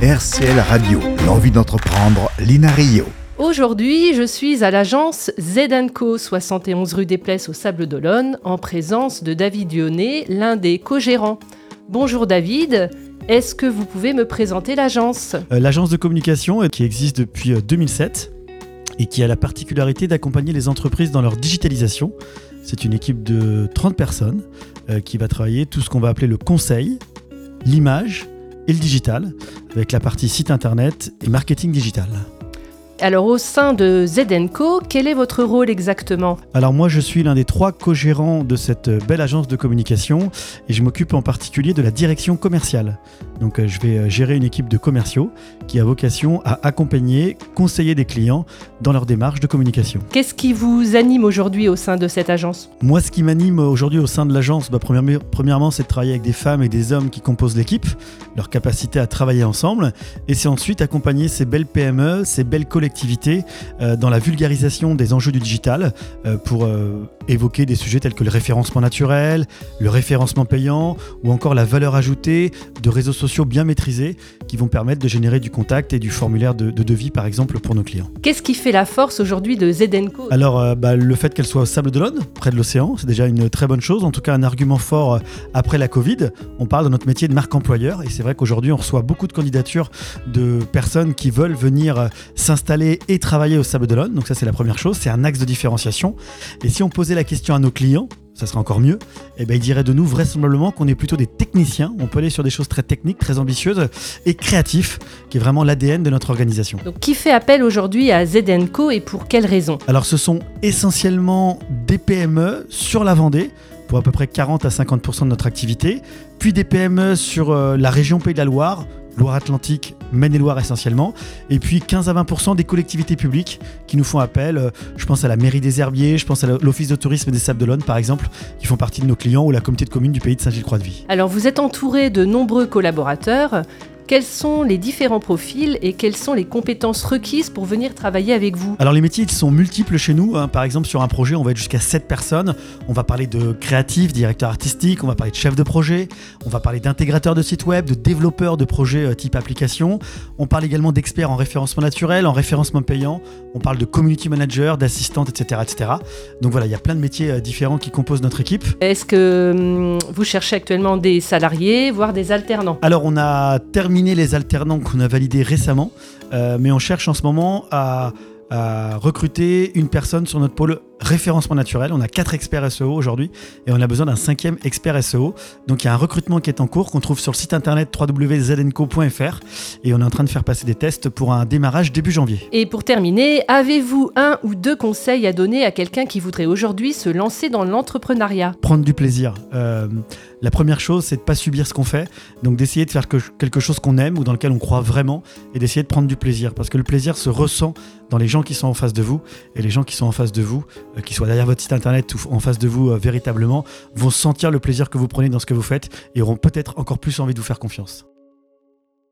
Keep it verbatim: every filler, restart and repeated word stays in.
R C L Radio, l'envie d'entreprendre, Lina Rio. Aujourd'hui, je suis à l'agence Z and Co, soixante et onze rue des Plesses au Sables d'Olonne, en présence de David Dionnet, l'un des co-gérants. Bonjour David, est-ce que vous pouvez me présenter l'agence ? euh, L'agence de communication euh, qui existe depuis euh, deux mille sept et qui a la particularité d'accompagner les entreprises dans leur digitalisation. C'est une équipe de trente personnes euh, qui va travailler tout ce qu'on va appeler le conseil, l'image et le digital, avec la partie site internet et marketing digital. Alors au sein de Z and Co, quel est votre rôle exactement ? Alors moi je suis l'un des trois co-gérants de cette belle agence de communication et je m'occupe en particulier de la direction commerciale. Donc euh, je vais euh, gérer une équipe de commerciaux qui a vocation à accompagner, conseiller des clients dans leur démarche de communication. Qu'est-ce qui vous anime aujourd'hui au sein de cette agence ? Moi ce qui m'anime aujourd'hui au sein de l'agence, bah, premièrement, premièrement c'est de travailler avec des femmes et des hommes qui composent l'équipe, leur capacité à travailler ensemble, et c'est ensuite accompagner ces belles P M E, ces belles collectivités euh, dans la vulgarisation des enjeux du digital euh, pour euh, évoquer des sujets tels que le référencement naturel, le référencement payant ou encore la valeur ajoutée de réseaux sociaux bien maîtrisés qui vont permettre de générer du contact et du formulaire de, de devis par exemple pour nos clients. Qu'est-ce qui fait la force aujourd'hui de Z and Co ? Alors euh, bah, le fait qu'elle soit au Sables d'Olonne, près de l'océan, c'est déjà une très bonne chose, en tout cas un argument fort euh, après la Covid. On parle de notre métier de marque employeur et c'est vrai qu'aujourd'hui on reçoit beaucoup de candidatures de personnes qui veulent venir euh, s'installer et travailler au Sables d'Olonne. Donc ça c'est la première chose, c'est un axe de différenciation. Et si on posait la question à nos clients, ça serait encore mieux, et ben ils diraient de nous vraisemblablement qu'on est plutôt des techniciens. On peut aller sur des choses très techniques, très ambitieuses et créatifs, qui est vraiment l'A D N de notre organisation. Donc qui fait appel aujourd'hui à Z and Co et pour quelles raisons ? Alors ce sont essentiellement des P M E sur la Vendée, pour à peu près quarante à cinquante pour cent de notre activité, puis des P M E sur euh, la région Pays de la Loire, Loire-Atlantique, Maine-et-Loire essentiellement, et puis quinze à vingt pour cent des collectivités publiques qui nous font appel. Euh, je pense à la mairie des Herbiers, je pense à l'office de tourisme des Sables d'Olonne par exemple, qui font partie de nos clients, ou la communauté de communes du pays de Saint-Gilles-Croix-de-Vie. Alors vous êtes entouré de nombreux collaborateurs. Quels sont les différents profils et quelles sont les compétences requises pour venir travailler avec vous ? Alors les métiers ils sont multiples chez nous, hein. Par exemple sur un projet on va être jusqu'à sept personnes, on va parler de créatifs, directeurs artistiques, on va parler de chefs de projet, on va parler d'intégrateurs de sites web, de développeurs de projets euh, type application, on parle également d'experts en référencement naturel, en référencement payant, on parle de community manager, d'assistantes, et cetera, et cetera. Donc voilà, il y a plein de métiers euh, différents qui composent notre équipe. Est-ce que hum, vous cherchez actuellement des salariés, voire des alternants ? Alors on a terminé les alternants qu'on a validés récemment, euh, mais on cherche en ce moment à, à recruter une personne sur notre pôle référencement naturel. On a quatre experts S E O aujourd'hui et on a besoin d'un cinquième expert S E O. Donc il y a un recrutement qui est en cours qu'on trouve sur le site internet w w w point z n co point f r et on est en train de faire passer des tests pour un démarrage début janvier. Et pour terminer, avez-vous un ou deux conseils à donner à quelqu'un qui voudrait aujourd'hui se lancer dans l'entrepreneuriat ? Prendre du plaisir. Euh, la première chose, c'est de ne pas subir ce qu'on fait, donc d'essayer de faire que, quelque chose qu'on aime ou dans lequel on croit vraiment et d'essayer de prendre du plaisir, parce que le plaisir se ressent dans les gens qui sont en face de vous, et les gens qui sont en face de vous, euh, qu'ils soient derrière votre site internet ou en face de vous euh, véritablement, vont sentir le plaisir que vous prenez dans ce que vous faites et auront peut-être encore plus envie de vous faire confiance.